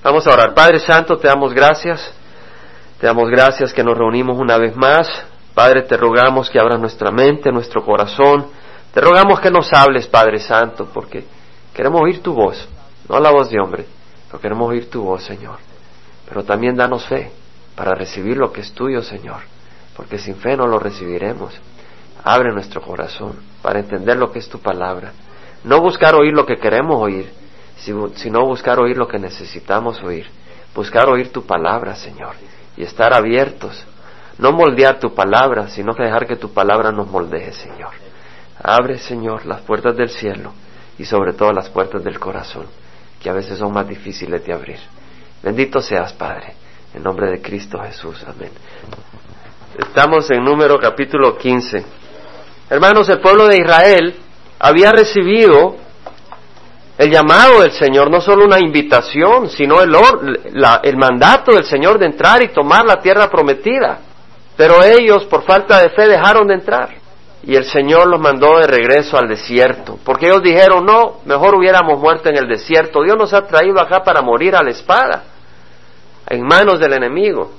Vamos a orar. Padre Santo, te damos gracias. Te damos gracias que nos reunimos una vez más. Padre, te rogamos que abras nuestra mente, nuestro corazón. Te rogamos que nos hables, Padre Santo, porque queremos oír tu voz, no la voz de hombre, pero queremos oír tu voz, Señor. Pero también danos fe para recibir lo que es tuyo, Señor, porque sin fe no lo recibiremos. Abre nuestro corazón para entender lo que es tu palabra. No buscar oír lo que queremos oír, sino buscar oír lo que necesitamos oír. Buscar oír tu palabra, Señor, y estar abiertos. No moldear tu palabra, sino que dejar que tu palabra nos moldee, Señor. Abre, Señor, las puertas del cielo y sobre todo las puertas del corazón, que a veces son más difíciles de abrir. Bendito seas, Padre, en nombre de Cristo Jesús. Amén. Estamos en Número capítulo 15. Hermanos, el pueblo de Israel había recibido el llamado del Señor, no solo una invitación, sino el mandato del Señor de entrar y tomar la tierra prometida. Pero ellos, por falta de fe, dejaron de entrar. Y el Señor los mandó de regreso al desierto, porque ellos dijeron, no, mejor hubiéramos muerto en el desierto. Dios nos ha traído acá para morir a la espada, en manos del enemigo.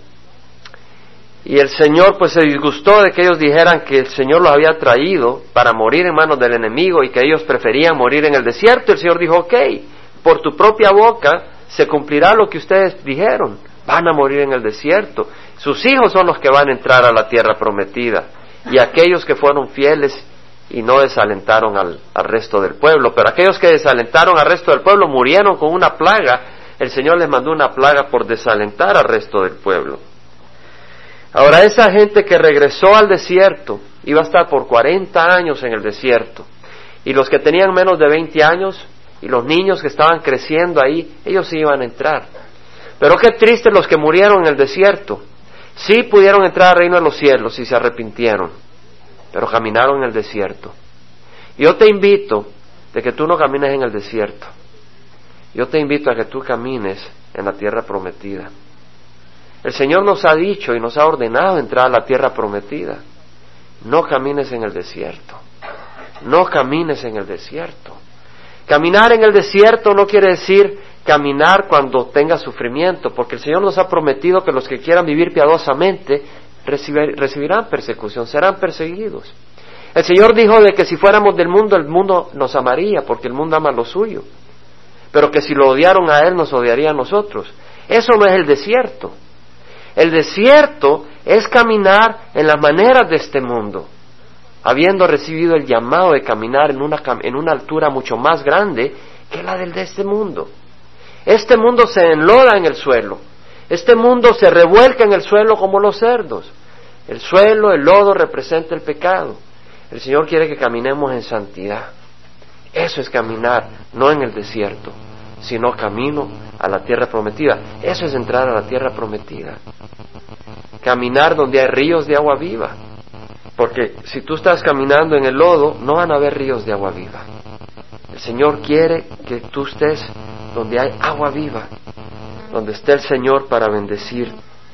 Y el Señor pues se disgustó de que ellos dijeran que el Señor los había traído para morir en manos del enemigo y que ellos preferían morir en el desierto. El Señor dijo, ok, por tu propia boca se cumplirá lo que ustedes dijeron, van a morir en el desierto. Sus hijos son los que van a entrar a la tierra prometida, y aquellos que fueron fieles y no desalentaron al resto del pueblo. Pero aquellos que desalentaron al resto del pueblo murieron con una plaga. El Señor les mandó una plaga por desalentar al resto del pueblo. Ahora, esa gente que regresó al desierto iba a estar por 40 años en el desierto, y los que tenían menos de 20 años y los niños que estaban creciendo ahí, ellos sí iban a entrar. Pero qué triste los que murieron en el desierto. Sí pudieron entrar al reino de los cielos y se arrepintieron, pero caminaron en el desierto. Yo te invito de que tú no camines en el desierto. Yo te invito a que tú camines en la tierra prometida. El Señor nos ha dicho y nos ha ordenado entrar a la tierra prometida. No camines en el desierto. No camines en el desierto. Caminar en el desierto no quiere decir caminar cuando tenga sufrimiento, porque el Señor nos ha prometido que los que quieran vivir piadosamente recibirán persecución, serán perseguidos. El Señor dijo de que si fuéramos del mundo, el mundo nos amaría, porque el mundo ama lo suyo, pero que si lo odiaron a Él, nos odiaría a nosotros. Eso no es el desierto. El desierto es caminar en las maneras de este mundo, habiendo recibido el llamado de caminar en una altura mucho más grande que la de este mundo. Este mundo se enloda en el suelo. Este mundo se revuelca en el suelo como los cerdos. El suelo, el lodo representa el pecado. El Señor quiere que caminemos en santidad. Eso es caminar, no en el desierto, sino camino a la tierra prometida. Eso es entrar a la tierra prometida. Caminar donde hay ríos de agua viva. Porque si tú estás caminando en el lodo, no van a haber ríos de agua viva. El Señor quiere que tú estés donde hay agua viva, donde esté el Señor para bendecir.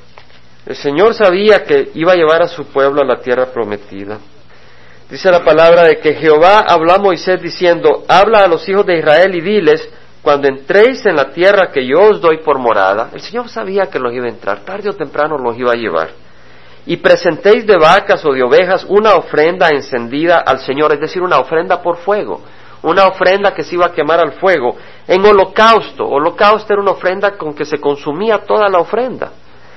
El Señor sabía que iba a llevar a su pueblo a la tierra prometida. Dice la palabra de que Jehová habló a Moisés diciendo, habla a los hijos de Israel y diles, cuando entréis en la tierra que yo os doy por morada. El Señor sabía que los iba a entrar, tarde o temprano los iba a llevar. Y presentéis de vacas o de ovejas una ofrenda encendida al Señor, es decir, una ofrenda por fuego, una ofrenda que se iba a quemar al fuego, en holocausto. Holocausto era una ofrenda con que se consumía toda la ofrenda.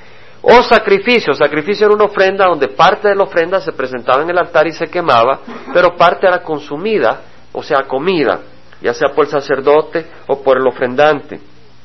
O sacrificio era una ofrenda donde parte de la ofrenda se presentaba en el altar y se quemaba, pero parte era consumida, o sea, comida, ya sea por el sacerdote o por el ofrendante.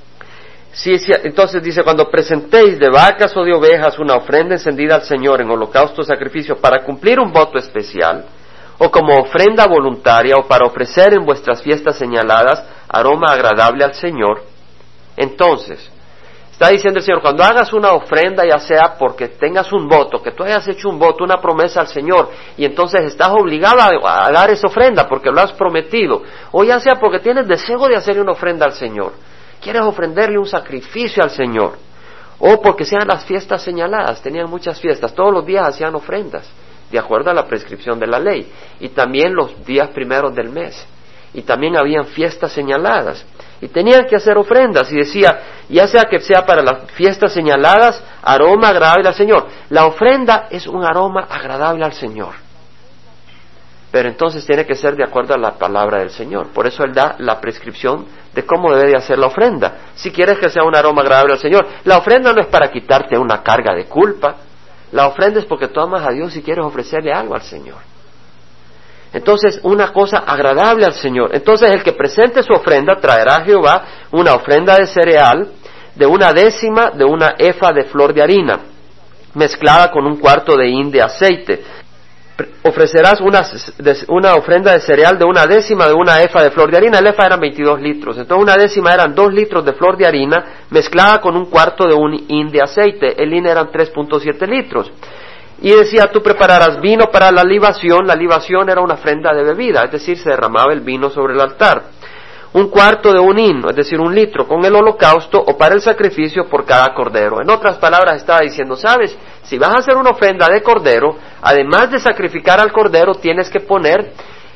Sí, entonces dice, cuando presentéis de vacas o de ovejas una ofrenda encendida al Señor en holocausto o sacrificio para cumplir un voto especial, o como ofrenda voluntaria, o para ofrecer en vuestras fiestas señaladas aroma agradable al Señor, entonces, está diciendo el Señor, cuando hagas una ofrenda, ya sea porque tengas un voto, que tú hayas hecho un voto, una promesa al Señor, y entonces estás obligado a dar esa ofrenda porque lo has prometido, o ya sea porque tienes deseo de hacerle una ofrenda al Señor, quieres ofrenderle un sacrificio al Señor, o porque sean las fiestas señaladas, tenían muchas fiestas, todos los días hacían ofrendas, de acuerdo a la prescripción de la ley, y también los días primeros del mes, y también habían fiestas señaladas, y tenían que hacer ofrendas, y decía, ya sea que sea para las fiestas señaladas, aroma agradable al Señor. La ofrenda es un aroma agradable al Señor, pero entonces tiene que ser de acuerdo a la palabra del Señor. Por eso Él da la prescripción de cómo debe de hacer la ofrenda. Si quieres que sea un aroma agradable al Señor, la ofrenda no es para quitarte una carga de culpa. La ofrenda es porque tú amas a Dios y quieres ofrecerle algo al Señor. Entonces, una cosa agradable al Señor. Entonces, el que presente su ofrenda traerá a Jehová una ofrenda de cereal de 1/10 de una efa de flor de harina, mezclada con 1/4 de hin de aceite. Ofrecerás una ofrenda de cereal de 1/10 de una efa de flor de harina. El efa eran 22 litros. Entonces, 1/10 eran 2 litros de flor de harina mezclada con 1/4 de un hin de aceite. El hin eran 3.7 litros. Y decía, tú prepararás vino para la libación. La libación era una ofrenda de bebida, es decir, se derramaba el vino sobre el altar. 1/4 de un hin, es decir, 1 litro, con el holocausto o para el sacrificio por cada cordero. En otras palabras, estaba diciendo, ¿sabes? Si vas a hacer una ofrenda de cordero, además de sacrificar al cordero, tienes que poner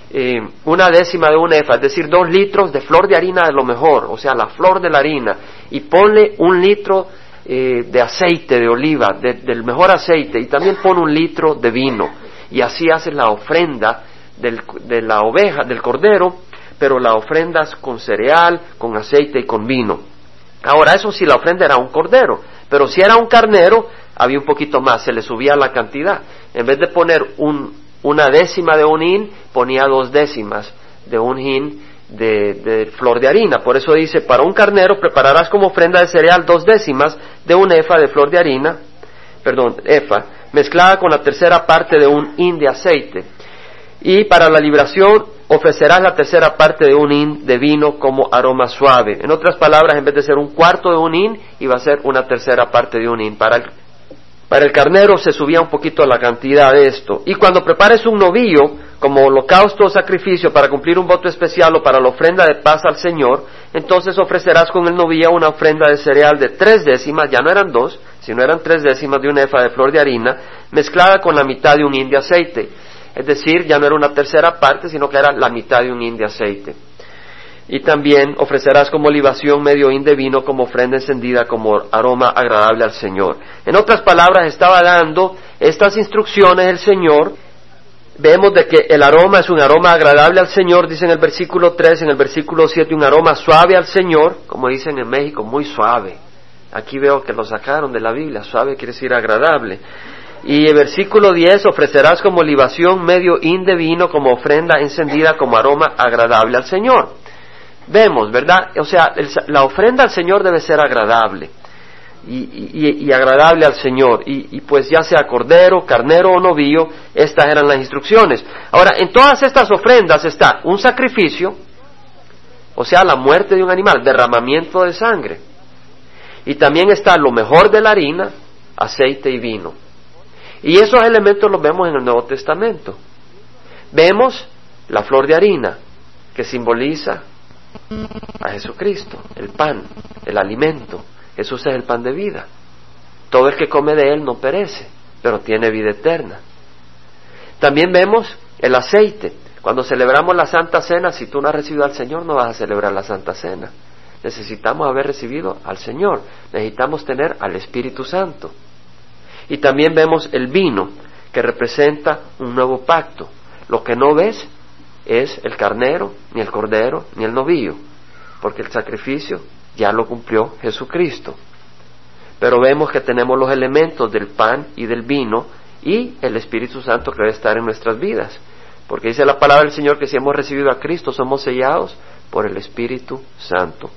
1/10 de un efa, es decir, 2 litros de flor de harina de lo mejor, o sea, la flor de la harina, y ponle 1 litro de aceite de oliva, del mejor aceite, y también pon 1 litro de vino, y así haces la ofrenda de la oveja, del cordero, pero la ofrendas con cereal, con aceite y con vino. Ahora, eso sí, la ofrenda era un cordero, pero si era un carnero, había un poquito más, se le subía la cantidad. En vez de poner 1/10 de un hin, ponía 2/10 de un hin de flor de harina. Por eso dice, para un carnero prepararás como ofrenda de cereal 2/10 de un efa de flor de harina, mezclada con la 1/3 parte de un hin de aceite. Y para la libación ofrecerás la 1/3 parte de un hin de vino como aroma suave. En otras palabras, en vez de ser 1/4 de un hin, iba a ser 1/3 parte de un hin. Para el carnero se subía un poquito la cantidad de esto. Y cuando prepares un novillo como holocausto o sacrificio para cumplir un voto especial o para la ofrenda de paz al Señor, entonces ofrecerás con el novillo una ofrenda de cereal de 3/10, ya no eran 2, sino eran 3/10 de una efa de flor de harina, mezclada con la mitad de un hin de aceite. Es decir, ya no era 1/3 parte, sino que era la mitad de un hin de aceite. Y también ofrecerás como libación medio hin de vino como ofrenda encendida, como aroma agradable al Señor. En otras palabras, estaba dando estas instrucciones el Señor. Vemos de que el aroma es un aroma agradable al Señor, dice en el versículo 3, en el versículo 7, un aroma suave al Señor, como dicen en México, muy suave. Aquí veo que lo sacaron de la Biblia, suave quiere decir agradable. Y el versículo 10, ofrecerás como libación medio hin de vino como ofrenda encendida, como aroma agradable al Señor. Vemos, ¿verdad? O sea, la ofrenda al Señor debe ser agradable y agradable al Señor, y pues ya sea cordero, carnero o novillo, estas eran las instrucciones. Ahora, en todas estas ofrendas está un sacrificio, o sea, la muerte de un animal, derramamiento de sangre, y también está lo mejor de la harina, aceite y vino. Y esos elementos los vemos en el Nuevo Testamento. Vemos la flor de harina, que simboliza a Jesucristo, el pan, el alimento. Jesús es el pan de vida. Todo el que come de él no perece, pero tiene vida eterna. También vemos el aceite. Cuando celebramos la Santa Cena, si tú no has recibido al Señor, no vas a celebrar la Santa Cena. Necesitamos haber recibido al Señor. Necesitamos tener al Espíritu Santo. Y también vemos el vino, que representa un nuevo pacto. Lo que no ves es el carnero, ni el cordero, ni el novillo, porque el sacrificio ya lo cumplió Jesucristo. Pero vemos que tenemos los elementos del pan y del vino y el Espíritu Santo que debe estar en nuestras vidas, porque dice la palabra del Señor que si hemos recibido a Cristo somos sellados por el Espíritu Santo.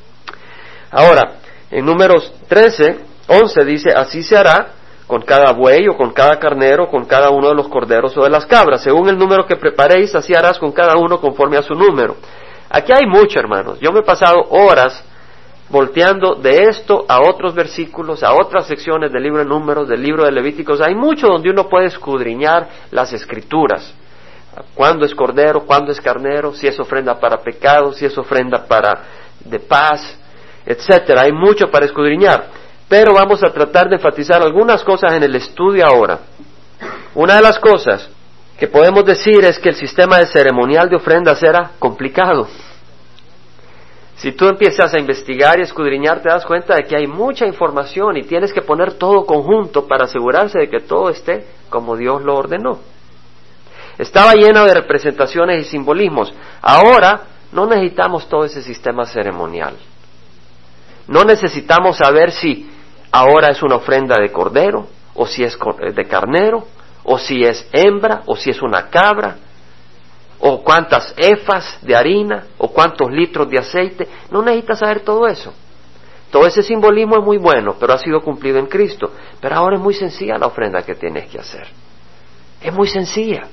Ahora, en Números 11 dice, así se hará con cada buey o con cada carnero, con cada uno de los corderos o de las cabras, según el número que preparéis, así harás con cada uno conforme a su número. Aquí hay mucho, hermanos. Yo me he pasado horas volteando de esto a otros versículos, a otras secciones del libro de Números, del libro de Levíticos. Hay mucho donde uno puede escudriñar las Escrituras. ¿Cuándo es cordero? ¿Cuándo es carnero? Si es ofrenda para pecado, si es ofrenda de paz, etcétera. Hay mucho para escudriñar. Pero vamos a tratar de enfatizar algunas cosas en el estudio ahora. Una de las cosas que podemos decir es que el sistema de ceremonial de ofrendas era complicado. Si tú empiezas a investigar y escudriñar, te das cuenta de que hay mucha información y tienes que poner todo conjunto para asegurarse de que todo esté como Dios lo ordenó. Estaba lleno de representaciones y simbolismos. Ahora no necesitamos todo ese sistema ceremonial. No necesitamos saber si ahora es una ofrenda de cordero, o si es de carnero, o si es hembra, o si es una cabra, o cuántas efas de harina, o cuántos litros de aceite. No necesitas saber todo eso. Todo ese simbolismo es muy bueno, pero ha sido cumplido en Cristo. Pero ahora es muy sencilla la ofrenda que tienes que hacer. Es muy sencilla.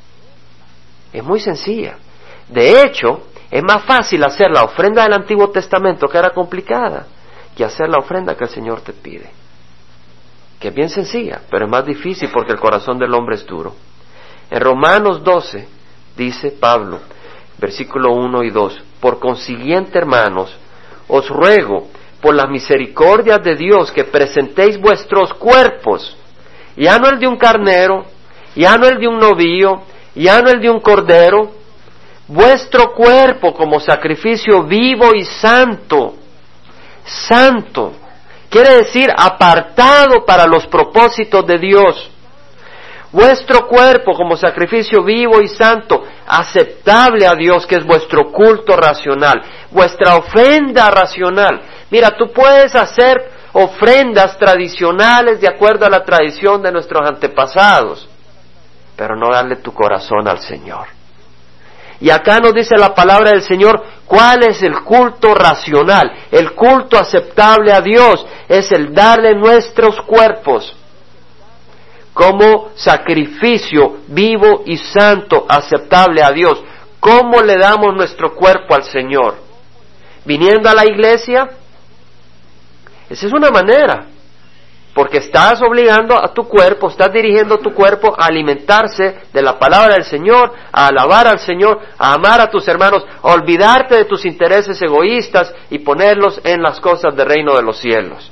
Es muy sencilla. De hecho, es más fácil hacer la ofrenda del Antiguo Testamento, que era complicada, que hacer la ofrenda que el Señor te pide. Que es bien sencilla, pero es más difícil porque el corazón del hombre es duro. En Romanos 12 dice Pablo, versículo 1 y 2, por consiguiente, hermanos, os ruego por las misericordias de Dios que presentéis vuestros cuerpos, ya no el de un carnero, ya no el de un novillo, ya no el de un cordero, vuestro cuerpo como sacrificio vivo y santo. Santo quiere decir apartado para los propósitos de Dios. Vuestro cuerpo como sacrificio vivo y santo, aceptable a Dios, que es vuestro culto racional, vuestra ofrenda racional. Mira, tú puedes hacer ofrendas tradicionales de acuerdo a la tradición de nuestros antepasados, pero no darle tu corazón al Señor. Y acá nos dice la palabra del Señor, ¿cuál es el culto racional? El culto aceptable a Dios es el darle nuestros cuerpos como sacrificio vivo y santo, aceptable a Dios. ¿Cómo le damos nuestro cuerpo al Señor? ¿Viniendo a la iglesia? Esa es una manera, porque estás obligando a tu cuerpo, estás dirigiendo tu cuerpo a alimentarse de la palabra del Señor, a alabar al Señor, a amar a tus hermanos, a olvidarte de tus intereses egoístas y ponerlos en las cosas del reino de los cielos.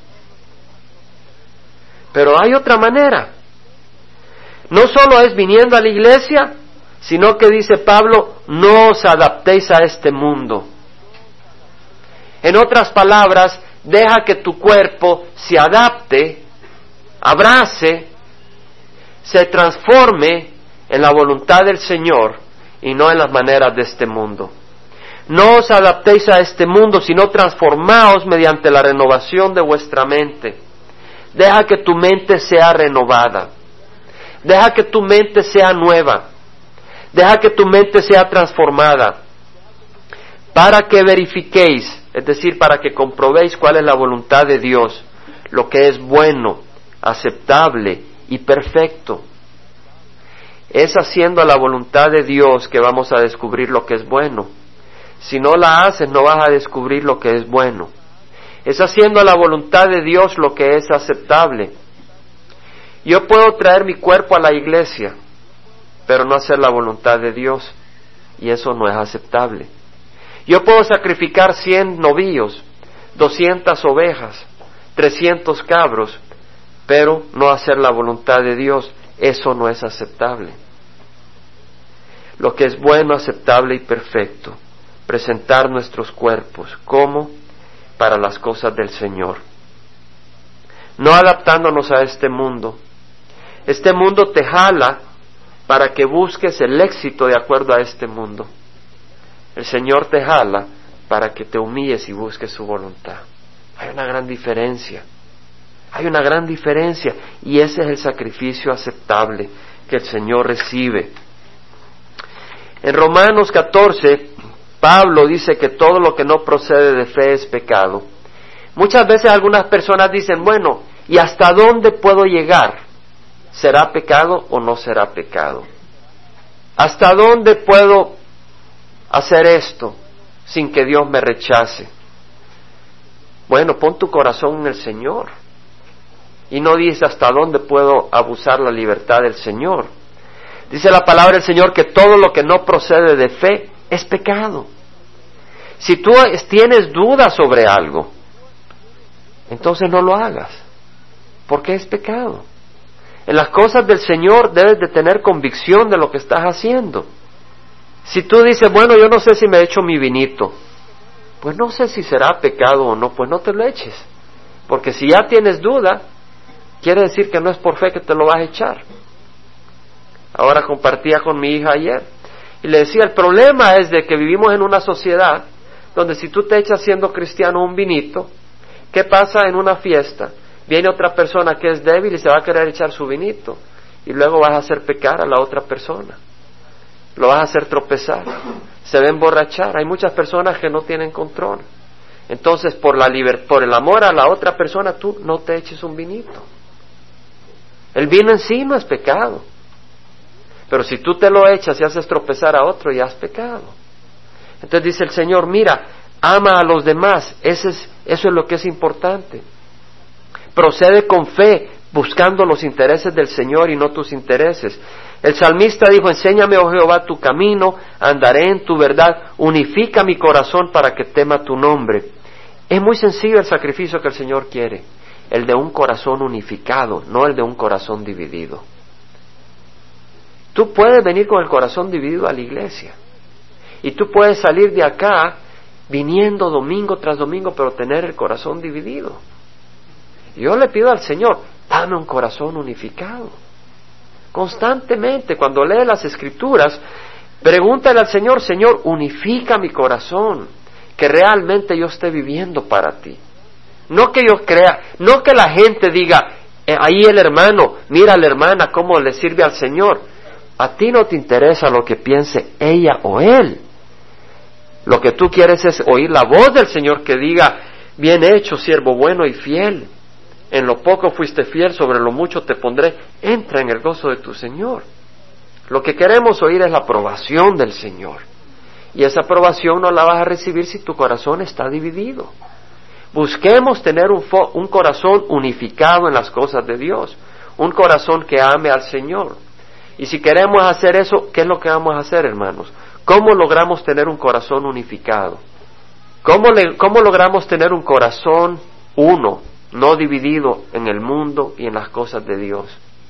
Pero hay otra manera. No solo es viniendo a la iglesia, sino que dice Pablo, no os adaptéis a este mundo. En otras palabras, deja que tu cuerpo se adapte, abrace, se transforme en la voluntad del Señor y no en las maneras de este mundo. No os adaptéis a este mundo, sino transformaos mediante la renovación de vuestra mente. Deja que tu mente sea renovada. Deja que tu mente sea nueva. Deja que tu mente sea transformada. Para que verifiquéis, es decir, para que comprobéis cuál es la voluntad de Dios, lo que es bueno, aceptable y perfecto. Es haciendo la voluntad de Dios que vamos a descubrir lo que es bueno. Si no la haces, no vas a descubrir lo que es bueno. Es haciendo la voluntad de Dios lo que es aceptable. Yo puedo traer mi cuerpo a la iglesia, pero no hacer la voluntad de Dios, y eso no es aceptable. Yo puedo sacrificar 100 novillos, 200 ovejas, 300 cabros, pero no hacer la voluntad de Dios, eso no es aceptable. Lo que es bueno, aceptable y perfecto, presentar nuestros cuerpos como para las cosas del Señor. No adaptándonos a este mundo. Este mundo te jala para que busques el éxito de acuerdo a este mundo. El Señor te jala para que te humilles y busques su voluntad. Hay una gran diferencia. Hay una gran diferencia, y ese es el sacrificio aceptable que el Señor recibe. En Romanos 14, Pablo dice que todo lo que no procede de fe es pecado. Muchas veces algunas personas dicen, bueno, ¿y hasta dónde puedo llegar? ¿Será pecado o no será pecado? ¿Hasta dónde puedo hacer esto sin que Dios me rechace? Bueno, pon tu corazón en el Señor. Y no dice hasta dónde puedo abusar la libertad del Señor. Dice la palabra del Señor que todo lo que no procede de fe es pecado. Si tú tienes dudas sobre algo, entonces no lo hagas, porque es pecado. En las cosas del Señor debes de tener convicción de lo que estás haciendo. Si tú dices, bueno, yo no sé si me he hecho mi vinito, pues no sé si será pecado o no, pues no te lo eches. Porque si ya tienes duda, quiere decir que no es por fe que te lo vas a echar. Ahora compartía con mi hija ayer y le decía, el problema es de que vivimos en una sociedad donde si tú te echas siendo cristiano un vinito, ¿qué pasa en una fiesta? Viene otra persona que es débil y se va a querer echar su vinito y luego vas a hacer pecar a la otra persona, lo vas a hacer tropezar, se va a emborrachar. Hay muchas personas que no tienen control. Entonces por el amor a la otra persona tú no te eches un vinito. El vino en sí no es pecado, pero si tú te lo echas y haces tropezar a otro, ya has pecado. Entonces dice el Señor, mira, ama a los demás, eso es lo que es importante. Procede con fe, buscando los intereses del Señor y no tus intereses. El salmista dijo, enséñame, oh Jehová, tu camino, andaré en tu verdad, unifica mi corazón para que tema tu nombre. Es muy sencillo el sacrificio que el Señor quiere, el de un corazón unificado, no el de un corazón dividido. Tú puedes venir con el corazón dividido a la iglesia, y tú puedes salir de acá viniendo domingo tras domingo, pero tener el corazón dividido. Yo le pido al Señor, dame un corazón unificado. Constantemente, cuando lee las Escrituras, pregúntale al Señor, Señor, unifica mi corazón, que realmente yo esté viviendo para ti. No que yo crea, no que la gente diga, ahí el hermano, mira a la hermana cómo le sirve al Señor. A ti no te interesa lo que piense ella o él. Lo que tú quieres es oír la voz del Señor que diga, bien hecho, siervo bueno y fiel. En lo poco fuiste fiel, sobre lo mucho te pondré. Entra en el gozo de tu Señor. Lo que queremos oír es la aprobación del Señor. Y esa aprobación no la vas a recibir si tu corazón está dividido. Busquemos tener un corazón unificado en las cosas de Dios. Un corazón que ame al Señor. Y si queremos hacer eso, ¿qué es lo que vamos a hacer, hermanos? ¿Cómo logramos tener un corazón unificado? ¿Cómo logramos tener un corazón uno, no dividido en el mundo y en las cosas de Dios?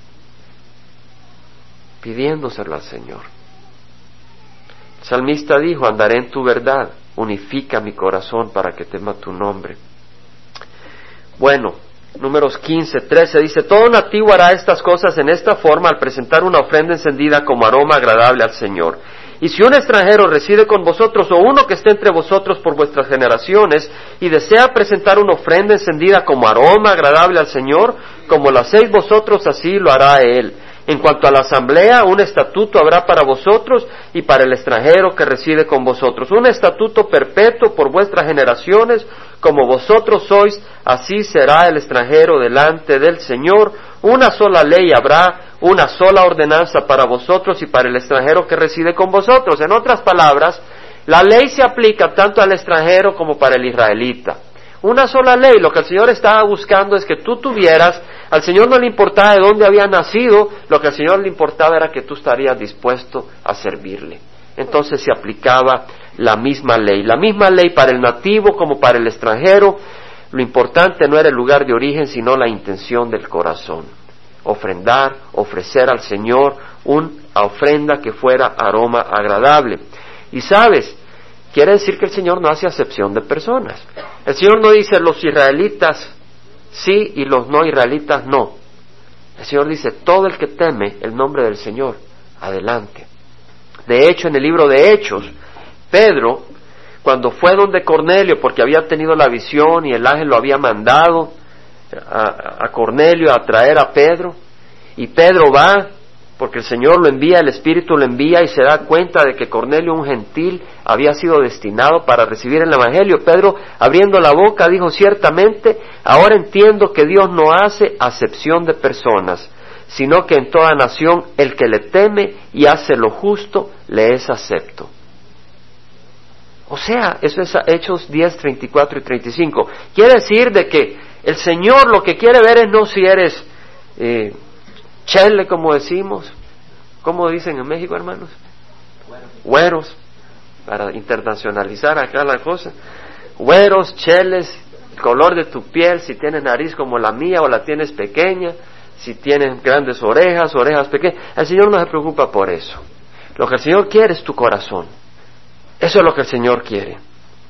Pidiéndoselo al Señor. El salmista dijo, andaré en tu verdad, unifica mi corazón para que tema tu nombre. Bueno, Números 15:13 dice, todo nativo hará estas cosas en esta forma al presentar una ofrenda encendida como aroma agradable al Señor. Y si un extranjero reside con vosotros o uno que esté entre vosotros por vuestras generaciones y desea presentar una ofrenda encendida como aroma agradable al Señor, como lo hacéis vosotros, así lo hará él. En cuanto a la asamblea, un estatuto habrá para vosotros y para el extranjero que reside con vosotros. Un estatuto perpetuo por vuestras generaciones, como vosotros sois, así será el extranjero delante del Señor. Una sola ley habrá, una sola ordenanza para vosotros y para el extranjero que reside con vosotros. En otras palabras, la ley se aplica tanto al extranjero como para el israelita. Una sola ley. Lo que el Señor estaba buscando es que tú tuvieras, al Señor no le importaba de dónde había nacido, lo que al Señor le importaba era que tú estarías dispuesto a servirle. Entonces se aplicaba la misma ley para el nativo como para el extranjero. Lo importante no era el lugar de origen, sino la intención del corazón. Ofrendar, ofrecer al Señor una ofrenda que fuera aroma agradable. Y sabes, quiere decir que el Señor no hace acepción de personas. El Señor no dice los israelitas sí y los no israelitas no. El Señor dice todo el que teme el nombre del Señor, adelante. De hecho, en el libro de Hechos, Pedro, cuando fue donde Cornelio, porque había tenido la visión y el ángel lo había mandado a Cornelio a traer a Pedro, y Pedro va, porque el Señor lo envía, el Espíritu lo envía y se da cuenta de que Cornelio, un gentil, había sido destinado para recibir el Evangelio. Pedro, abriendo la boca, dijo, ciertamente, ahora entiendo que Dios no hace acepción de personas, sino que en toda nación el que le teme y hace lo justo, le es acepto. O sea, eso es Hechos 10, 34 y 35. Quiere decir de que el Señor lo que quiere ver es no si eres chele, como decimos. ¿Cómo dicen en México, hermanos? Güeros, para internacionalizar acá la cosa. Güeros, cheles, color de tu piel, si tienes nariz como la mía o la tienes pequeña, si tienes grandes orejas pequeñas. El Señor no se preocupa por eso. Lo que el Señor quiere es tu corazón. Eso es lo que el Señor quiere.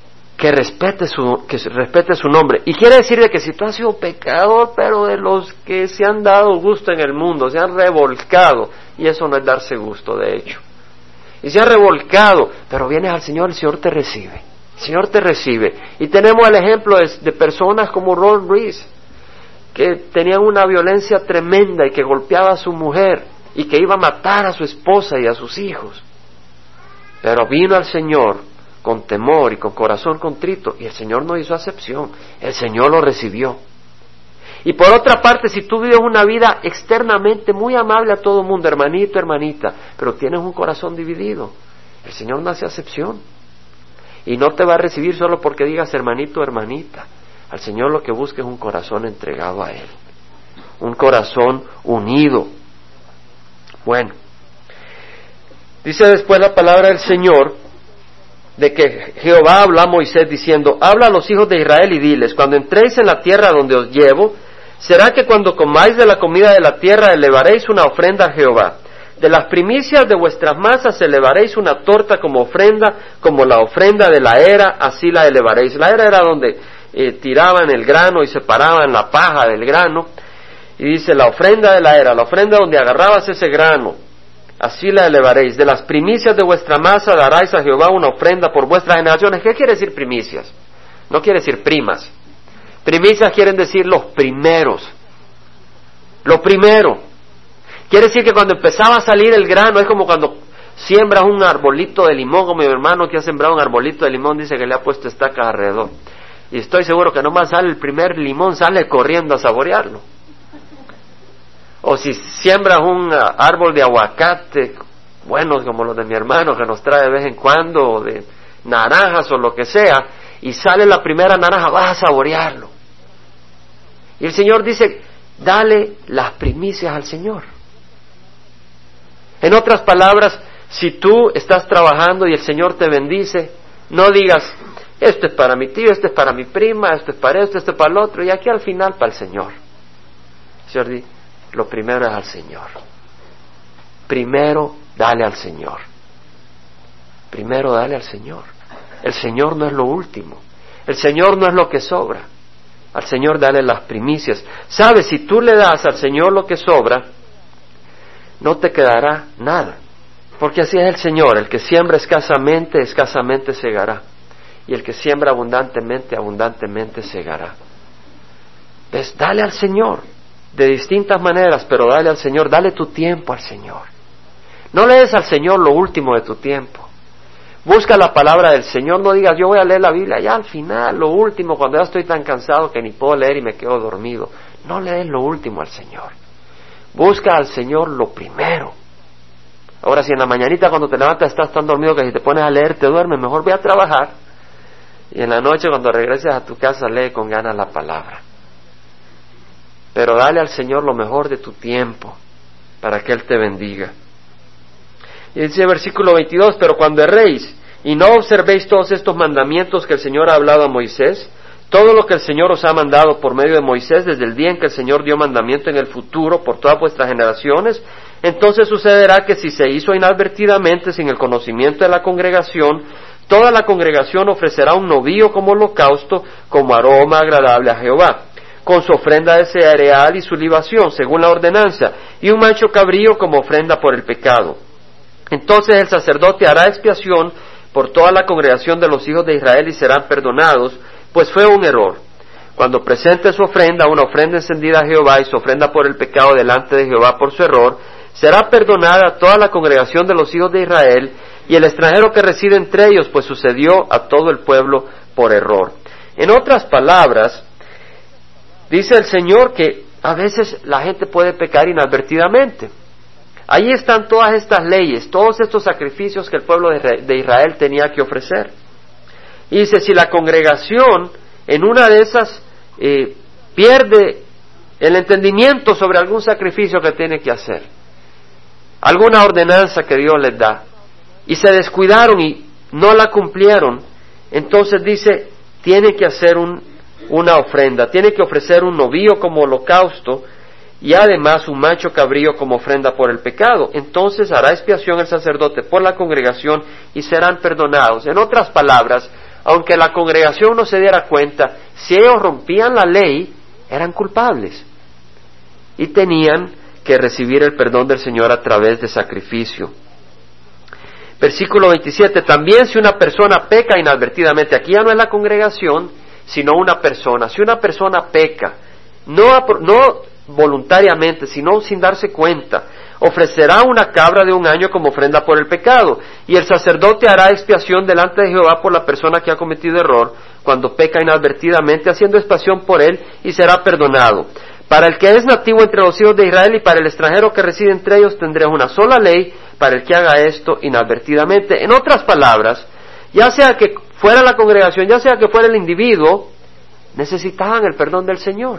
que respete su nombre. Y quiere decir de que si tú has sido pecador, pero de los que se han dado gusto en el mundo, se han revolcado, y eso no es darse gusto, de hecho. Y se han revolcado, pero vienes al Señor, el Señor te recibe. El Señor te recibe. Y tenemos el ejemplo de personas como Ron Reese, que tenían una violencia tremenda y que golpeaba a su mujer y que iba a matar a su esposa y a sus hijos. Pero vino al Señor con temor y con corazón contrito, y el Señor no hizo acepción, el Señor lo recibió. Y por otra parte, si tú vives una vida externamente muy amable a todo el mundo, hermanito, hermanita, pero tienes un corazón dividido, el Señor no hace acepción. Y no te va a recibir solo porque digas hermanito, hermanita. Al Señor lo que busca es un corazón entregado a Él, un corazón unido. Bueno, dice después la palabra del Señor, de que Jehová habló a Moisés diciendo, habla a los hijos de Israel y diles, cuando entréis en la tierra donde os llevo, será que cuando comáis de la comida de la tierra elevaréis una ofrenda a Jehová. De las primicias de vuestras masas elevaréis una torta como ofrenda, como la ofrenda de la era, así la elevaréis. La era donde tiraban el grano y separaban la paja del grano, y dice la ofrenda de la era, la ofrenda donde agarrabas ese grano, así la elevaréis. De las primicias de vuestra masa daráis a Jehová una ofrenda por vuestras generaciones. ¿Qué quiere decir primicias? No quiere decir primas. Primicias quieren decir los primeros. Lo primero. Quiere decir que cuando empezaba a salir el grano, es como cuando siembras un arbolito de limón, como mi hermano que ha sembrado un arbolito de limón, dice que le ha puesto estacas alrededor. Y estoy seguro que nomás sale el primer limón, sale corriendo a saborearlo. O si siembras un árbol de aguacate, buenos como los de mi hermano que nos trae de vez en cuando, o de naranjas o lo que sea, y sale la primera naranja, vas a saborearlo. Y el Señor dice, dale las primicias al Señor. En otras palabras, si tú estás trabajando y el Señor te bendice, no digas, esto es para mi tío, esto es para mi prima, esto es para esto es para el otro, y aquí al final para el Señor. El Señor dice, lo primero es al Señor. Primero dale al Señor. Primero dale al Señor. El Señor no es lo último. El Señor no es lo que sobra. Al Señor dale las primicias. ¿Sabes? Si tú le das al Señor lo que sobra, no te quedará nada. Porque así es el Señor. El que siembra escasamente, escasamente segará. Y el que siembra abundantemente, abundantemente segará. ¿Ves? Dale al Señor. De distintas maneras, pero dale al Señor, dale tu tiempo al Señor. No le des al Señor lo último de tu tiempo. Busca la palabra del Señor, no digas yo voy a leer la Biblia ya al final, lo último, cuando ya estoy tan cansado que ni puedo leer y me quedo dormido. No le des lo último al Señor. Busca al Señor lo primero. Ahora, si en la mañanita cuando te levantas estás tan dormido que si te pones a leer te duermes, mejor ve a trabajar. Y en la noche cuando regreses a tu casa lee con ganas la palabra. Pero dale al Señor lo mejor de tu tiempo, para que Él te bendiga. Y dice el versículo 22, pero cuando erréis, y no observéis todos estos mandamientos que el Señor ha hablado a Moisés, todo lo que el Señor os ha mandado por medio de Moisés, desde el día en que el Señor dio mandamiento en el futuro, por todas vuestras generaciones, entonces sucederá que si se hizo inadvertidamente, sin el conocimiento de la congregación, toda la congregación ofrecerá un novillo como holocausto, como aroma agradable a Jehová, con su ofrenda de cereal y su libación, según la ordenanza, y un macho cabrío como ofrenda por el pecado. Entonces el sacerdote hará expiación por toda la congregación de los hijos de Israel y serán perdonados, pues fue un error. Cuando presente su ofrenda, una ofrenda encendida a Jehová y su ofrenda por el pecado delante de Jehová por su error, será perdonada toda la congregación de los hijos de Israel y el extranjero que reside entre ellos, pues sucedió a todo el pueblo por error. En otras palabras, dice el Señor que a veces la gente puede pecar inadvertidamente. Ahí están todas estas leyes, todos estos sacrificios que el pueblo de Israel tenía que ofrecer. Y dice, si la congregación en una de esas pierde el entendimiento sobre algún sacrificio que tiene que hacer, alguna ordenanza que Dios les da, y se descuidaron y no la cumplieron, entonces dice, tiene que hacer una ofrenda, tiene que ofrecer un novillo como holocausto y además un macho cabrío como ofrenda por el pecado. Entonces hará expiación el sacerdote por la congregación y serán perdonados. En otras palabras, aunque la congregación no se diera cuenta, si ellos rompían la ley, eran culpables y tenían que recibir el perdón del Señor a través de sacrificio. Versículo 27, también si una persona peca inadvertidamente, aquí ya no es la congregación, sino una persona. Si una persona peca, no voluntariamente, sino sin darse cuenta, ofrecerá una cabra de 1 año como ofrenda por el pecado, y el sacerdote hará expiación delante de Jehová por la persona que ha cometido error, cuando peca inadvertidamente, haciendo expiación por él, y será perdonado. Para el que es nativo entre los hijos de Israel y para el extranjero que reside entre ellos tendré una sola ley para el que haga esto inadvertidamente. En otras palabras, ya sea que fuera la congregación, ya sea que fuera el individuo, necesitaban el perdón del Señor.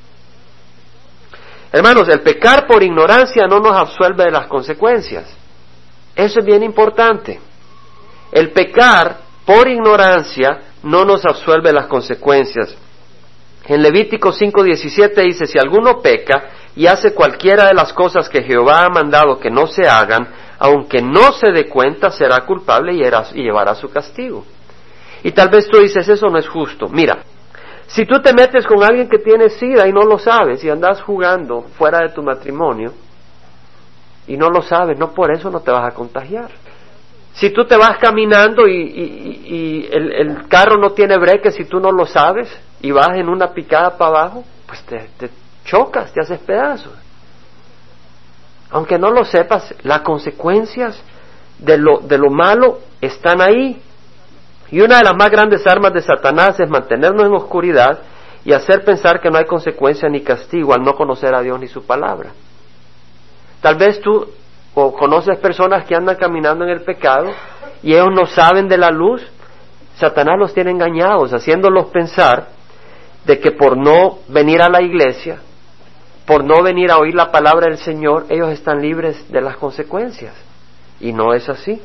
Hermanos, el pecar por ignorancia no nos absuelve de las consecuencias. Eso es bien importante. El pecar por ignorancia no nos absuelve de las consecuencias. En Levítico 5:17 dice, si alguno peca y hace cualquiera de las cosas que Jehová ha mandado que no se hagan, aunque no se dé cuenta, será culpable y llevará su castigo. Y tal vez tú dices, eso no es justo. Mira, si tú te metes con alguien que tiene SIDA y no lo sabes, y andas jugando fuera de tu matrimonio, y no lo sabes, no por eso no te vas a contagiar. Si tú te vas caminando y el carro no tiene breques y tú no lo sabes, y vas en una picada para abajo, pues te chocas, te haces pedazos. Aunque no lo sepas, las consecuencias de lo malo están ahí. Y una de las más grandes armas de Satanás es mantenernos en oscuridad y hacer pensar que no hay consecuencia ni castigo al no conocer a Dios ni su palabra. Tal vez tú conoces personas que andan caminando en el pecado y ellos no saben de la luz. Satanás los tiene engañados, haciéndolos pensar de que por no venir a la iglesia, por no venir a oír la palabra del Señor, ellos están libres de las consecuencias. Y no es así.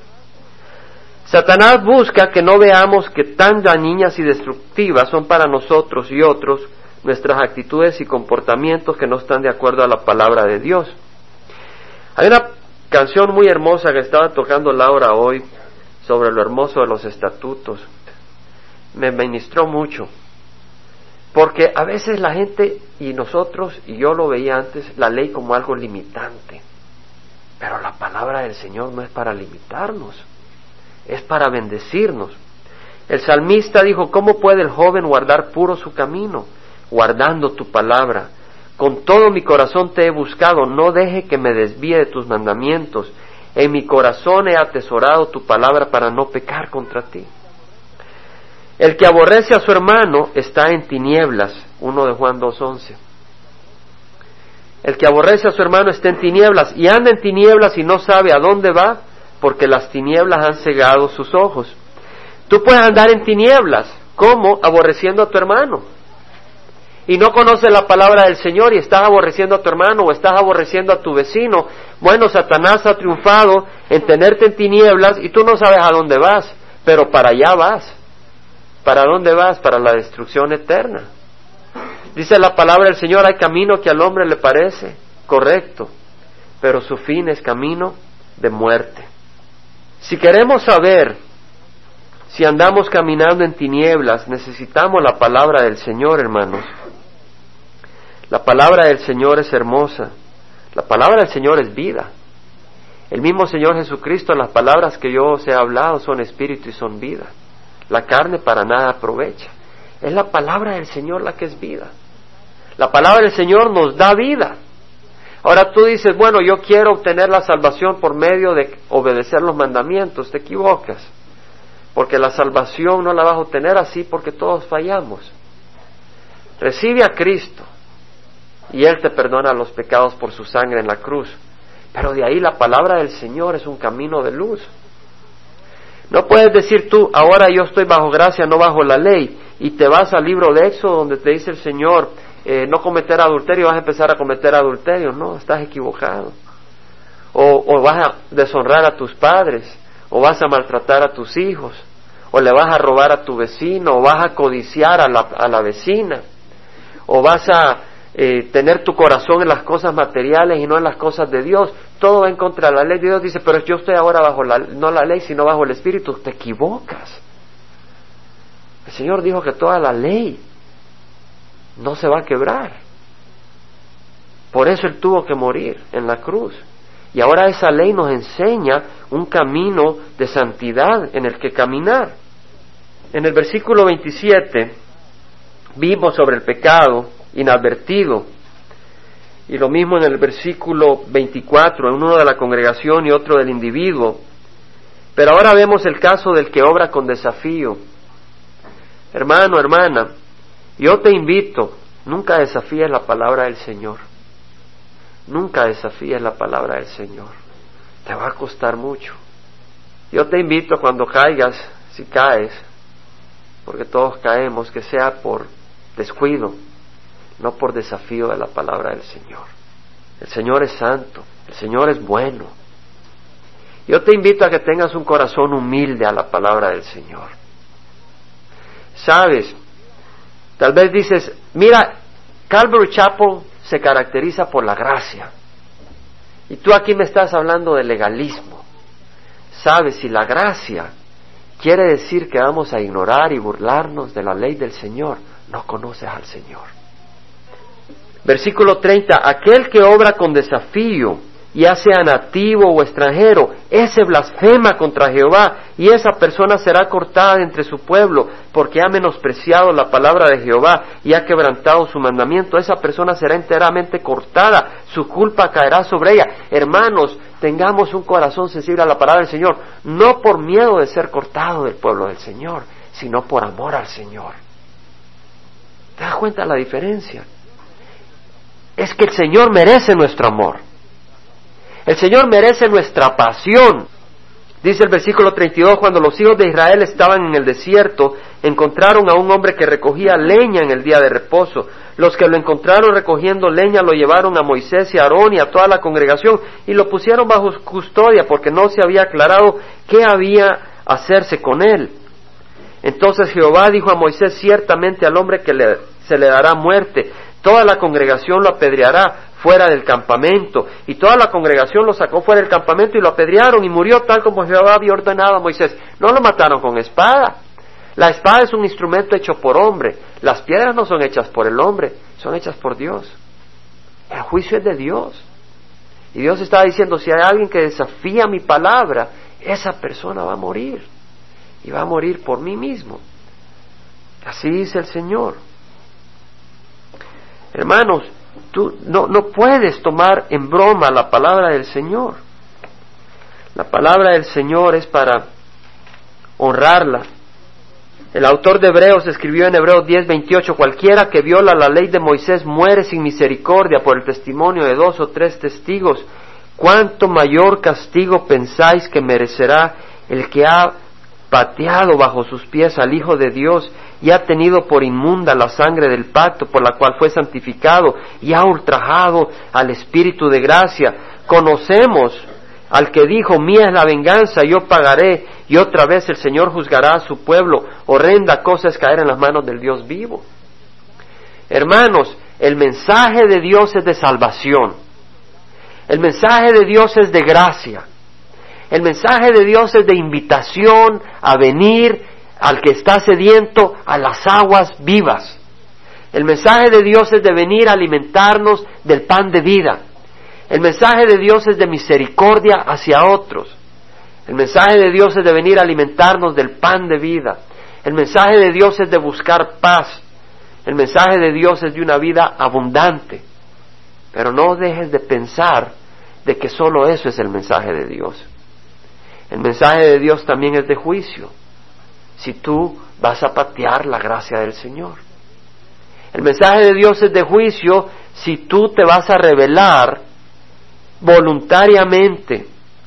Satanás busca que no veamos que tan dañinas y destructivas son para nosotros y otros nuestras actitudes y comportamientos que no están de acuerdo a la palabra de Dios. Hay una canción muy hermosa que estaba tocando Laura hoy sobre lo hermoso de los estatutos. Me ministró mucho. Porque a veces la gente, y nosotros, y yo lo veía antes, la ley como algo limitante. Pero la palabra del Señor no es para limitarnos, es para bendecirnos. El salmista dijo, ¿cómo puede el joven guardar puro su camino? Guardando tu palabra. Con todo mi corazón te he buscado, no deje que me desvíe de tus mandamientos. En mi corazón he atesorado tu palabra para no pecar contra ti. El que aborrece a su hermano está en tinieblas, 1 de Juan 2:11. El que aborrece a su hermano está en tinieblas y anda en tinieblas y no sabe a dónde va, porque las tinieblas han cegado sus ojos. Tú puedes andar en tinieblas, ¿cómo? Aborreciendo a tu hermano. Y no conoces la palabra del Señor y estás aborreciendo a tu hermano o estás aborreciendo a tu vecino. Bueno, Satanás ha triunfado en tenerte en tinieblas y tú no sabes a dónde vas, pero para allá vas. ¿Para dónde vas? Para la destrucción eterna. Dice la palabra del Señor, hay camino que al hombre le parece correcto, pero su fin es camino de muerte. Si queremos saber si andamos caminando en tinieblas, necesitamos la palabra del Señor, hermanos. La palabra del Señor es hermosa. La palabra del Señor es vida. El mismo Señor Jesucristo, las palabras que yo os he hablado son espíritu y son vida. La carne para nada aprovecha. Es la palabra del Señor la que es vida. La palabra del Señor nos da vida. Ahora tú dices, bueno, yo quiero obtener la salvación por medio de obedecer los mandamientos. Te equivocas. Porque la salvación no la vas a obtener así porque todos fallamos. Recibe a Cristo y Él te perdona los pecados por su sangre en la cruz. Pero de ahí la palabra del Señor es un camino de luz. No puedes decir tú, ahora yo estoy bajo gracia, no bajo la ley, y te vas al libro de Éxodo donde te dice el Señor, no cometer adulterio, vas a empezar a cometer adulterio. No, estás equivocado. O vas a deshonrar a tus padres, o vas a maltratar a tus hijos, o le vas a robar a tu vecino, o vas a codiciar a la vecina, o vas a tener tu corazón en las cosas materiales y no en las cosas de Dios. Todo va en contra de la ley. Dios dice, pero yo estoy ahora bajo no la ley, sino bajo el Espíritu. Te equivocas. El Señor dijo que toda la ley no se va a quebrar. Por eso Él tuvo que morir en la cruz. Y ahora esa ley nos enseña un camino de santidad en el que caminar. En el versículo 27 vimos sobre el pecado inadvertido. Y lo mismo en el versículo 24, en uno de la congregación y otro del individuo. Pero ahora vemos el caso del que obra con desafío. Hermano, hermana, yo te invito, nunca desafíes la palabra del Señor. Nunca desafíes la palabra del Señor. Te va a costar mucho. Yo te invito cuando caigas, si caes, porque todos caemos, que sea por descuido, no por desafío de la palabra del Señor. El Señor es santo, el Señor es bueno. Yo te invito a que tengas un corazón humilde a la palabra del Señor. Sabes, tal vez dices, mira, Calvary Chapel se caracteriza por la gracia. Y tú aquí me estás hablando de legalismo. Sabes, si la gracia quiere decir que vamos a ignorar y burlarnos de la ley del Señor, no conoces al Señor. Versículo 30, aquel que obra con desafío, ya sea nativo o extranjero, ese blasfema contra Jehová, y esa persona será cortada de entre su pueblo, porque ha menospreciado la palabra de Jehová y ha quebrantado su mandamiento. Esa persona será enteramente cortada, su culpa caerá sobre ella. Hermanos, tengamos un corazón sensible a la palabra del Señor, no por miedo de ser cortado del pueblo del Señor, sino por amor al Señor. ¿Te das cuenta de la diferencia? Es que el Señor merece nuestro amor. El Señor merece nuestra pasión. Dice el versículo 32, cuando los hijos de Israel estaban en el desierto, encontraron a un hombre que recogía leña en el día de reposo. Los que lo encontraron recogiendo leña lo llevaron a Moisés y a Aarón y a toda la congregación y lo pusieron bajo custodia porque no se había aclarado qué había hacerse con él. Entonces Jehová dijo a Moisés, ciertamente al hombre que se le dará muerte. Toda la congregación lo apedreará fuera del campamento. Y toda la congregación lo sacó fuera del campamento y lo apedrearon y murió tal como Jehová había ordenado a Moisés. No lo mataron con espada. La espada es un instrumento hecho por hombre. Las piedras no son hechas por el hombre, son hechas por Dios. El juicio es de Dios. Y Dios está diciendo, si hay alguien que desafía mi palabra, esa persona va a morir. Y va a morir por mí mismo. Así dice el Señor. Hermanos, tú no puedes tomar en broma la palabra del Señor. La palabra del Señor es para honrarla. El autor de Hebreos escribió en Hebreos 10:28, cualquiera que viola la ley de Moisés muere sin misericordia por el testimonio de 2 o 3 testigos. ¿Cuánto mayor castigo pensáis que merecerá el que ha pateado bajo sus pies al Hijo de Dios y ha tenido por inmunda la sangre del pacto por la cual fue santificado y ha ultrajado al Espíritu de gracia? Conocemos al que dijo, mía es la venganza, yo pagaré, y otra vez el Señor juzgará a su pueblo. Horrenda cosa es caer en las manos del Dios vivo. Hermanos, el mensaje de Dios es de salvación. El mensaje de Dios es de gracia. El mensaje de Dios es de invitación a venir al que está sediento a las aguas vivas. El mensaje de Dios es de venir a alimentarnos del pan de vida. El mensaje de Dios es de misericordia hacia otros. El mensaje de Dios es de venir a alimentarnos del pan de vida. El mensaje de Dios es de buscar paz. El mensaje de Dios es de una vida abundante. Pero no dejes de pensar de que solo eso es el mensaje de Dios. El mensaje de Dios también es de juicio, si tú vas a patear la gracia del Señor. El mensaje de Dios es de juicio si tú te vas a rebelar voluntariamente,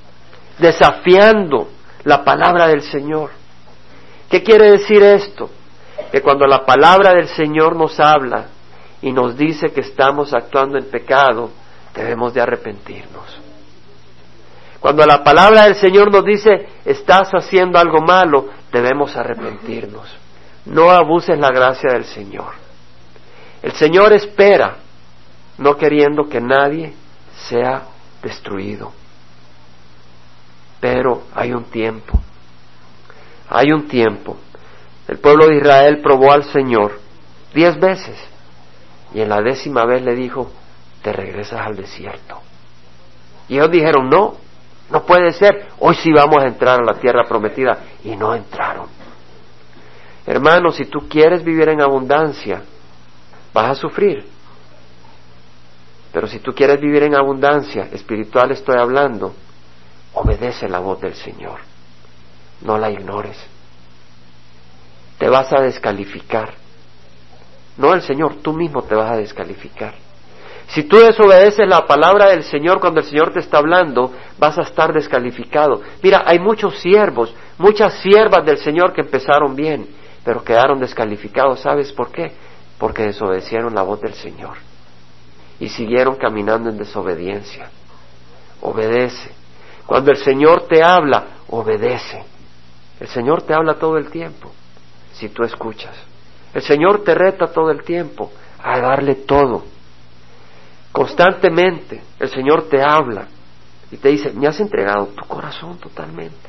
desafiando la palabra del Señor. ¿Qué quiere decir esto? Que cuando la palabra del Señor nos habla y nos dice que estamos actuando en pecado, debemos de arrepentirnos. Cuando la palabra del Señor nos dice, estás haciendo algo malo, debemos arrepentirnos. No abuses la gracia del Señor. El Señor espera, no queriendo que nadie sea destruido. Pero hay un tiempo El pueblo de Israel probó al Señor 10 veces y en la 10ª vez le dijo, te regresas al desierto. Y ellos dijeron, no puede ser, hoy sí vamos a entrar a la tierra prometida, y no entraron. Hermanos, si tú quieres vivir en abundancia, vas a sufrir. Pero si tú quieres vivir en abundancia, espiritual estoy hablando, obedece la voz del Señor, no la ignores. Te vas a descalificar. No el Señor, tú mismo te vas a descalificar. Si tú desobedeces la palabra del Señor cuando el Señor te está hablando, vas a estar descalificado. Mira, hay muchos siervos, muchas siervas del Señor que empezaron bien, pero quedaron descalificados. ¿Sabes por qué? Porque desobedecieron la voz del Señor y siguieron caminando en desobediencia. Obedece. Cuando el Señor te habla, obedece. El Señor te habla todo el tiempo, si tú escuchas. El Señor te reta todo el tiempo a darle todo. Constantemente el Señor te habla y te dice, me has entregado tu corazón totalmente.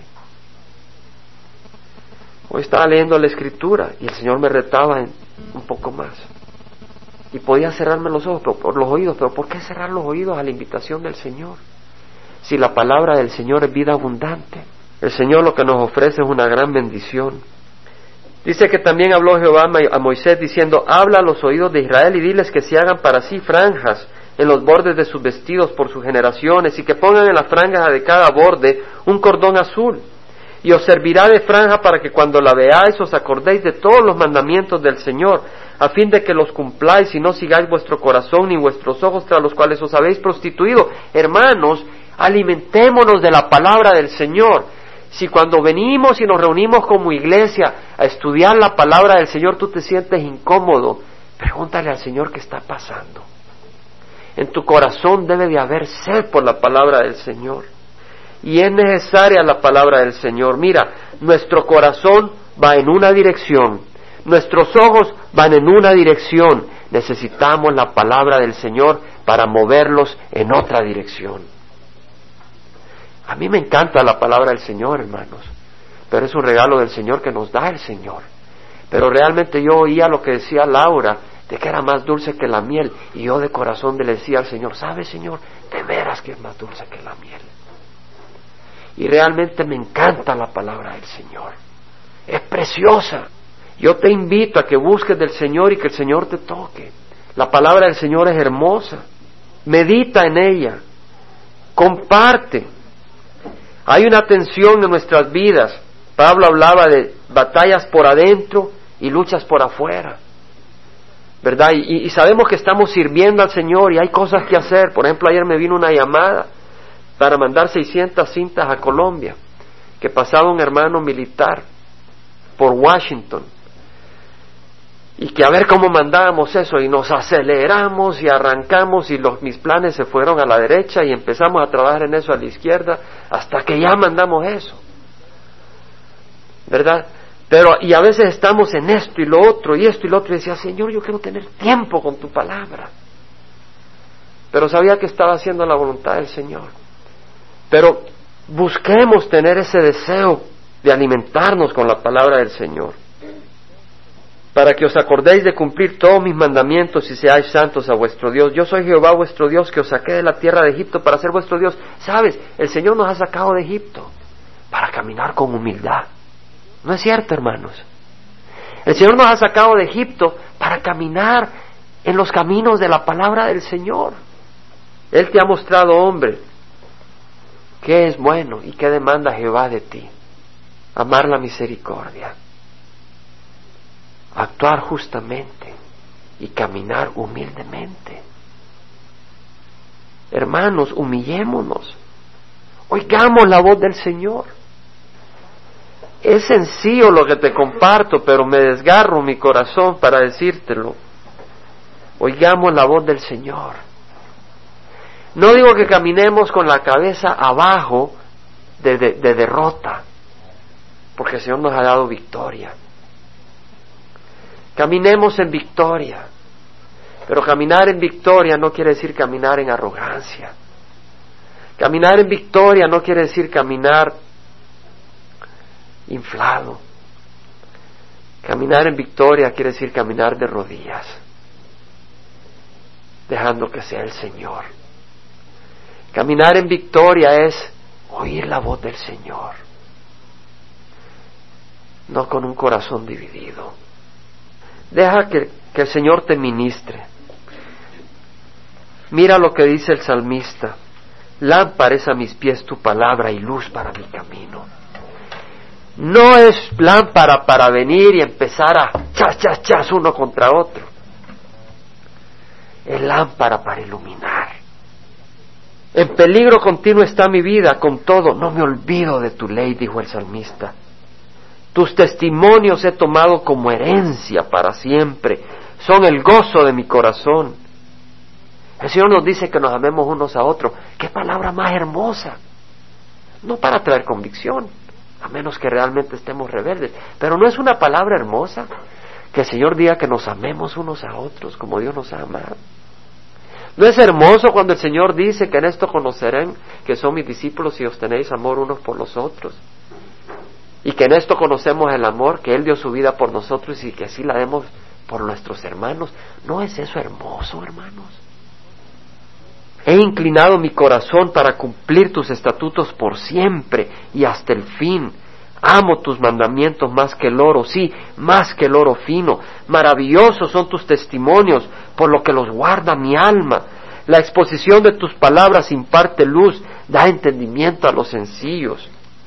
Hoy estaba leyendo la Escritura y el Señor me retaba un poco más. Y podía cerrarme los ojos, los oídos, pero ¿por qué cerrar los oídos a la invitación del Señor? Si la palabra del Señor es vida abundante, el Señor lo que nos ofrece es una gran bendición. Dice que también habló Jehová a Moisés diciendo, habla a los oídos de Israel y diles que se hagan para sí franjas en los bordes de sus vestidos por sus generaciones, y que pongan en la franja de cada borde un cordón azul, y os servirá de franja para que cuando la veáis os acordéis de todos los mandamientos del Señor, a fin de que los cumpláis y no sigáis vuestro corazón ni vuestros ojos tras los cuales os habéis prostituido. Hermanos, alimentémonos de la palabra del Señor. Si cuando venimos y nos reunimos como iglesia a estudiar la palabra del Señor tú te sientes incómodo, pregúntale al Señor qué está pasando. En tu corazón debe de haber sed por la palabra del Señor. Y es necesaria la palabra del Señor. Mira, nuestro corazón va en una dirección, nuestros ojos van en una dirección. Necesitamos la palabra del Señor para moverlos en otra dirección. A mí me encanta la palabra del Señor, hermanos, pero es un regalo del Señor que nos da el Señor. Pero realmente yo oía lo que decía Laura, de que era más dulce que la miel, y yo de corazón le decía al Señor, ¿sabes, Señor? De veras que es más dulce que la miel. Y realmente me encanta la palabra del Señor, es preciosa. Yo te invito a que busques del Señor y que el Señor te toque. La palabra del Señor es hermosa, medita en ella, comparte. Hay una tensión en nuestras vidas. Pablo hablaba de batallas por adentro y luchas por afuera, ¿verdad? Y sabemos que estamos sirviendo al Señor y hay cosas que hacer. Por ejemplo, ayer me vino una llamada para mandar 600 cintas a Colombia, que pasaba un hermano militar por Washington, y que a ver cómo mandábamos eso, y nos aceleramos y arrancamos, y mis planes se fueron a la derecha y empezamos a trabajar en eso a la izquierda, hasta que ya mandamos eso, ¿verdad? Pero, y a veces estamos en esto y lo otro, y esto y lo otro, y decía, Señor, yo quiero tener tiempo con tu palabra. Pero sabía que estaba haciendo la voluntad del Señor. Pero busquemos tener ese deseo de alimentarnos con la palabra del Señor, para que os acordéis de cumplir todos mis mandamientos y seáis santos a vuestro Dios. Yo soy Jehová vuestro Dios, que os saqué de la tierra de Egipto para ser vuestro Dios. ¿Sabes? El Señor nos ha sacado de Egipto para caminar con humildad. ¿No es cierto, hermanos? El Señor nos ha sacado de Egipto para caminar en los caminos de la palabra del Señor. Él te ha mostrado, hombre, qué es bueno y qué demanda Jehová de ti. Amar la misericordia, actuar justamente y caminar humildemente. Hermanos, humillémonos, oigamos la voz del Señor. Es sencillo lo que te comparto, pero me desgarro mi corazón para decírtelo. Oigamos la voz del Señor. No digo que caminemos con la cabeza abajo de derrota, porque el Señor nos ha dado victoria. Caminemos en victoria, pero caminar en victoria no quiere decir caminar en arrogancia. Caminar en victoria no quiere decir caminar inflado. Caminar en victoria quiere decir caminar de rodillas, dejando que sea el Señor. Caminar en victoria es oír la voz del Señor, no con un corazón dividido. Deja que el Señor te ministre. Mira lo que dice el salmista: lámpara es a mis pies tu palabra y luz para mi camino. No es lámpara para venir y empezar a chas uno contra otro. Es lámpara para iluminar. En peligro continuo está mi vida, con todo no me olvido de tu ley, dijo el salmista. Tus testimonios he tomado como herencia para siempre, son el gozo de mi corazón. El Señor nos dice que nos amemos unos a otros. ¡Qué palabra más hermosa! No para traer convicción, a menos que realmente estemos rebeldes, pero ¿no es una palabra hermosa que el Señor diga que nos amemos unos a otros como Dios nos ha amado? ¿No es hermoso cuando el Señor dice que en esto conocerán que son mis discípulos si os tenéis amor unos por los otros? Y que en esto conocemos el amor, que Él dio su vida por nosotros y que así la demos por nuestros hermanos. ¿No es eso hermoso, hermanos? He inclinado mi corazón para cumplir tus estatutos por siempre y hasta el fin. Amo tus mandamientos más que el oro, sí, más que el oro fino. Maravillosos son tus testimonios, por lo que los guarda mi alma. La exposición de tus palabras imparte luz, da entendimiento a los sencillos.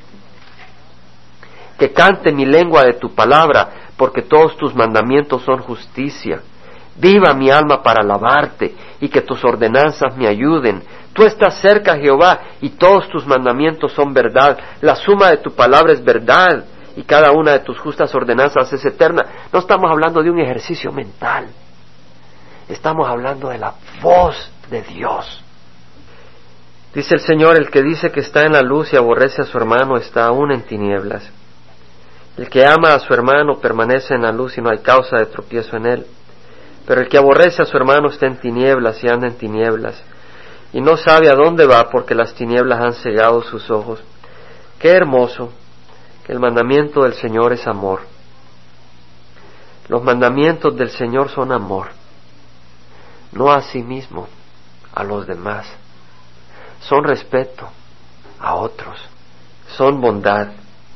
Que cante mi lengua de tu palabra, porque todos tus mandamientos son justicia. Viva mi alma para alabarte, y que tus ordenanzas me ayuden. Tú estás cerca, Jehová, y todos tus mandamientos son verdad. La suma de tu palabra es verdad, y cada una de tus justas ordenanzas es eterna. No estamos hablando de un ejercicio mental. Estamos hablando de la voz de Dios. Dice el Señor: el que dice que está en la luz y aborrece a su hermano está aún en tinieblas. El que ama a su hermano permanece en la luz y no hay causa de tropiezo en él. Pero el que aborrece a su hermano está en tinieblas y anda en tinieblas, y no sabe a dónde va porque las tinieblas han cegado sus ojos. Qué hermoso que el mandamiento del Señor es amor. Los mandamientos del Señor son amor, no a sí mismo, a los demás. Son respeto a otros, son bondad,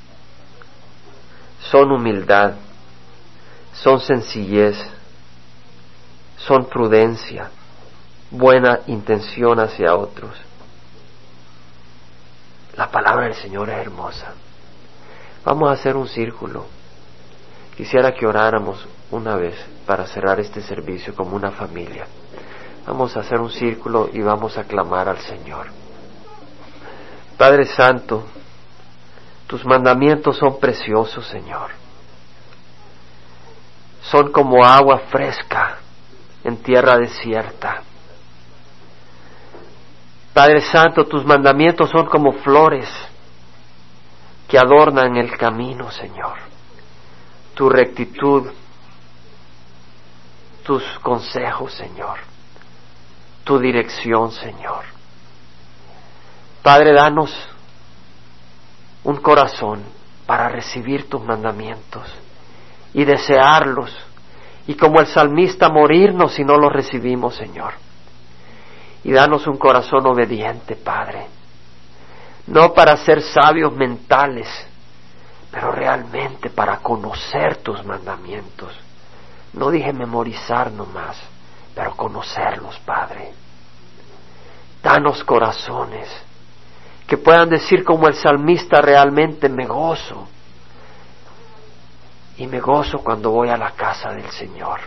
son humildad, son sencillez, son prudencia, buena intención hacia otros. La palabra del Señor es hermosa. Vamos a hacer un círculo. Quisiera que oráramos una vez para cerrar este servicio como una familia. Vamos a hacer un círculo y vamos a clamar al Señor. Padre Santo, tus mandamientos son preciosos, Señor. Son como agua fresca en tierra desierta. Padre Santo, tus mandamientos son como flores que adornan el camino, Señor. Tu rectitud, tus consejos, Señor, tu dirección, Señor. Padre, danos un corazón para recibir tus mandamientos y desearlos, y como el salmista morirnos si no los recibimos, Señor. Y danos un corazón obediente, Padre, no para ser sabios mentales, pero realmente para conocer tus mandamientos. No dije memorizar nomás, pero conocerlos, Padre. Danos corazones que puedan decir como el salmista: realmente me gozo. Y me gozo cuando voy a la casa del Señor.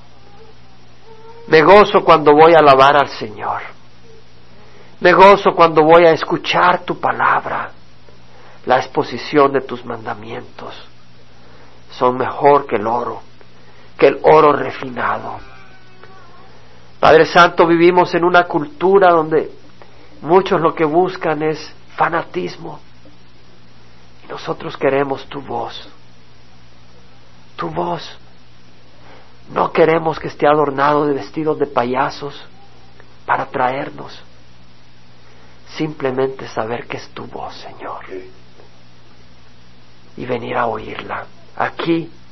Me gozo cuando voy a alabar al Señor. Me gozo cuando voy a escuchar tu palabra. La exposición de tus mandamientos son mejor que el oro refinado. Padre Santo, vivimos en una cultura donde muchos lo que buscan es fanatismo. Y nosotros queremos tu voz. Tu voz. No queremos que esté adornado de vestidos de payasos para traernos. Simplemente saber que es tu voz, Señor. Y venir a oírla aquí,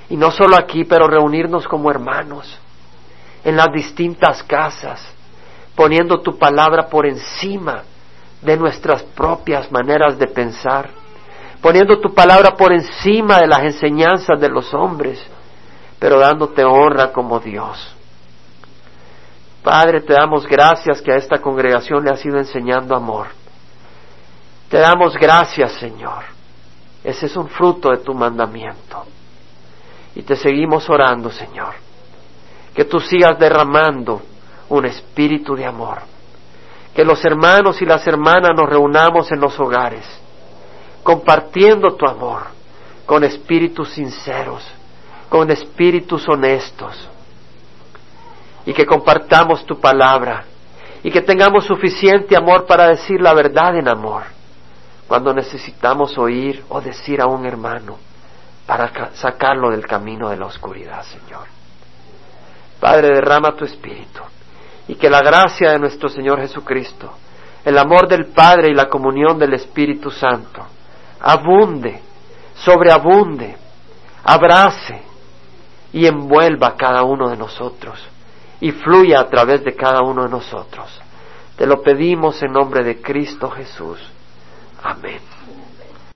Y no solo aquí, pero reunirnos como hermanos en las distintas casas, poniendo tu palabra por encima de nuestras propias maneras de pensar, poniendo tu palabra por encima de las enseñanzas de los hombres, pero dándote honra como Dios. Padre, te damos gracias que a esta congregación le has ido enseñando amor. Te damos gracias, Señor. Ese es un fruto de tu mandamiento. Y te seguimos orando, Señor, que tú sigas derramando un espíritu de amor. Que los hermanos y las hermanas nos reunamos en los hogares, compartiendo tu amor, con espíritus sinceros, con espíritus honestos, y que compartamos tu palabra, y que tengamos suficiente amor para decir la verdad en amor, cuando necesitamos oír o decir a un hermano, para sacarlo del camino de la oscuridad, Señor. Padre, derrama tu espíritu, y que la gracia de nuestro Señor Jesucristo, el amor del Padre y la comunión del Espíritu Santo, abunde, sobreabunde, abrace y envuelva a cada uno de nosotros, y fluya a través de cada uno de nosotros. Te lo pedimos en nombre de Cristo Jesús. Amén.